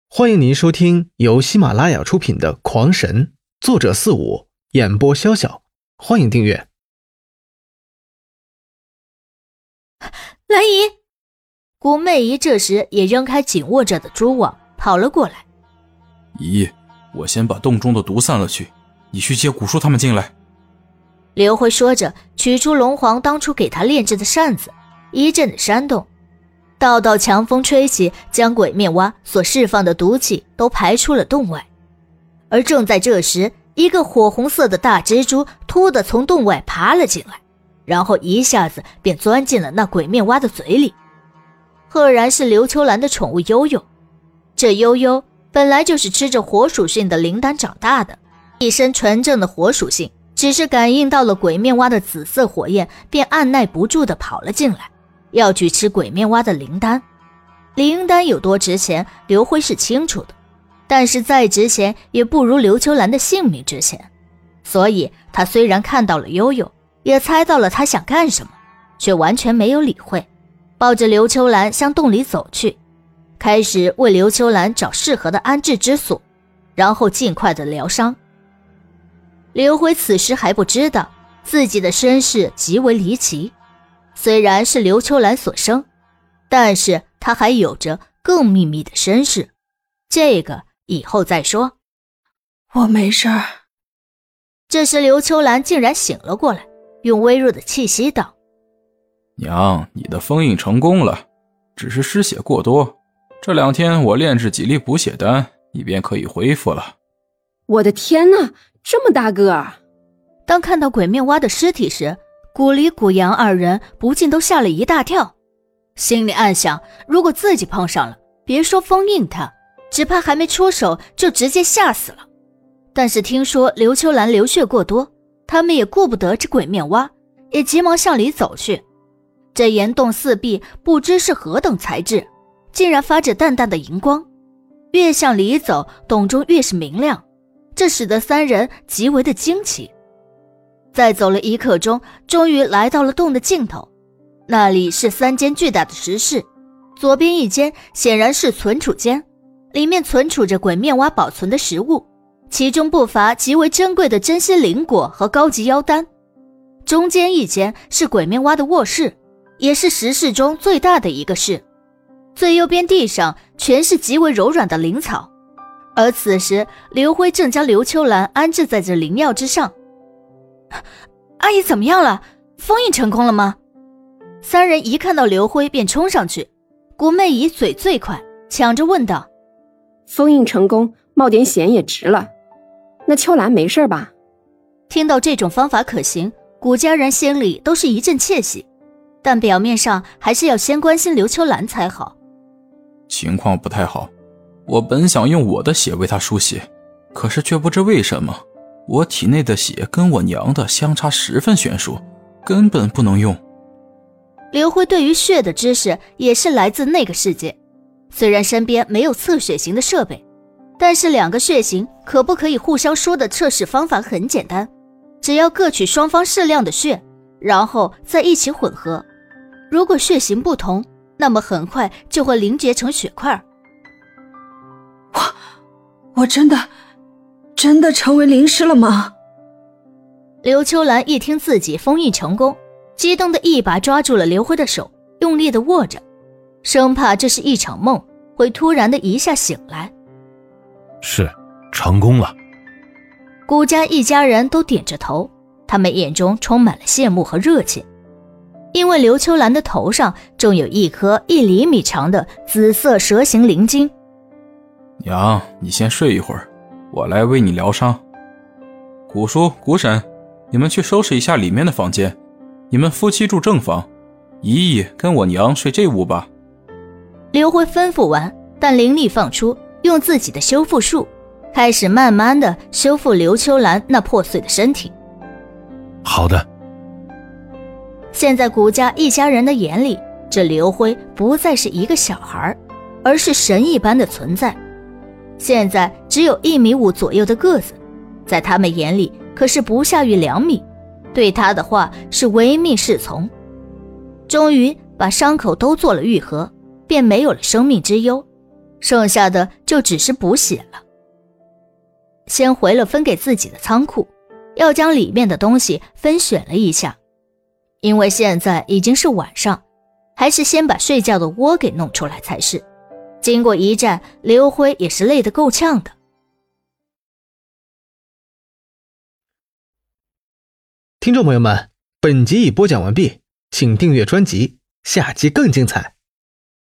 欢迎您收听由喜马拉雅出品的《狂神》，作者四五，演播潇潇。欢迎订阅。 兰姨，顾媚姨这时也扔开紧握着的蛛网，跑了过来。 姨，我先把洞中的毒散了去，你去接古树他们进来。 刘辉说着，取出龙皇当初给他炼制的扇子，一阵的扇动，道道强风吹起，将鬼面蛙所释放的毒气都排出了洞外。而正在这时，一个火红色的大蜘蛛突地从洞外爬了进来，然后一下子便钻进了那鬼面蛙的嘴里。赫然是刘秋兰的宠物悠悠。这悠悠本来就是吃着火属性的灵丹长大的，一身纯正的火属性，只是感应到了鬼面蛙的紫色火焰，便按耐不住地跑了进来，要去吃鬼面蛙的灵丹。灵丹有多值钱，刘辉是清楚的，但是再值钱也不如刘秋兰的性命值钱。所以他虽然看到了悠悠，也猜到了他想干什么，却完全没有理会，抱着刘秋兰向洞里走去，开始为刘秋兰找适合的安置之所，然后尽快的疗伤。刘辉此时还不知道自己的身世极为离奇，虽然是刘秋兰所生，但是他还有着更秘密的身世，这个以后再说。 我没事儿。 这时刘秋兰竟然醒了过来，用微弱的气息道： 娘，你的封印成功了，只是失血过多，这2天我炼制几粒补血丹，你便可以恢复了。 我的天哪，这么大个儿！ 当看到鬼面蛙的尸体时，古离古阳二人不禁都吓了一大跳，心里暗想，如果自己碰上了，别说封印他，只怕还没出手就直接吓死了。但是听说刘秋兰流血过多，他们也顾不得这鬼面蛙，也急忙向里走去。这岩洞四壁不知是何等材质，竟然发着淡淡的荧光，越向里走，洞中越是明亮，这使得三人极为的惊奇。再走了1刻钟，终于来到了洞的尽头，那里是3间巨大的石室，左边一间显然是存储间，里面存储着鬼面蛙保存的食物，其中不乏极为珍贵的珍稀灵果和高级妖丹。中间一间是鬼面蛙的卧室，也是石室中最大的一个室。最右边地上全是极为柔软的灵草，而此时刘辉正将刘秋兰安置在这灵药之上。阿姨怎么样了？封印成功了吗？三人一看到刘辉便冲上去，顾媚姨嘴最快，抢着问道： 封印成功，冒点险也值了。那秋兰没事吧？ 听到这种方法可行，顾家人心里都是一阵窃喜，但表面上还是要先关心刘秋兰才好。 情况不太好，我本想用我的血为她输血，可是却不知为什么，我体内的血跟我娘的相差十分悬殊，根本不能用。 刘辉对于血的知识也是来自那个世界，虽然身边没有测血型的设备，但是2个血型可不可以互相说的测试方法很简单，只要各取双方适量的血，然后再一起混合，如果血型不同，那么很快就会凝结成血块。 我真的成为灵师了吗？ 刘秋兰一听自己封印成功，激动的一把抓住了刘辉的手，用力的握着，生怕这是一场梦，会突然的一下醒来。 是，成功了。 顾家一家人都点着头，他们眼中充满了羡慕和热切，因为刘秋兰的头上种有一颗1厘米长的紫色蛇形灵晶。 娘，你先睡一会儿，我来为你疗伤。古叔、古婶，你们去收拾一下里面的房间，你们夫妻住正房，姨姨跟我娘睡这屋吧。 刘辉吩咐完，但灵力放出，用自己的修复术开始慢慢的修复刘秋兰那破碎的身体。 好的。 现在顾家一家人的眼里，这刘辉不再是一个小孩，而是神一般的存在。现在只有1.5米左右的个子，在他们眼里可是不下于2米，对他的话是唯命是从。终于把伤口都做了愈合，便没有了生命之忧。 剩下的就只是补血了。先回了分给自己的仓库，要将里面的东西分选了一下，因为现在已经是晚上，还是先把睡觉的窝给弄出来才是。经过一战，刘辉也是累得够呛的。 听众朋友们，本集已播讲完毕，请订阅专辑，下集更精彩。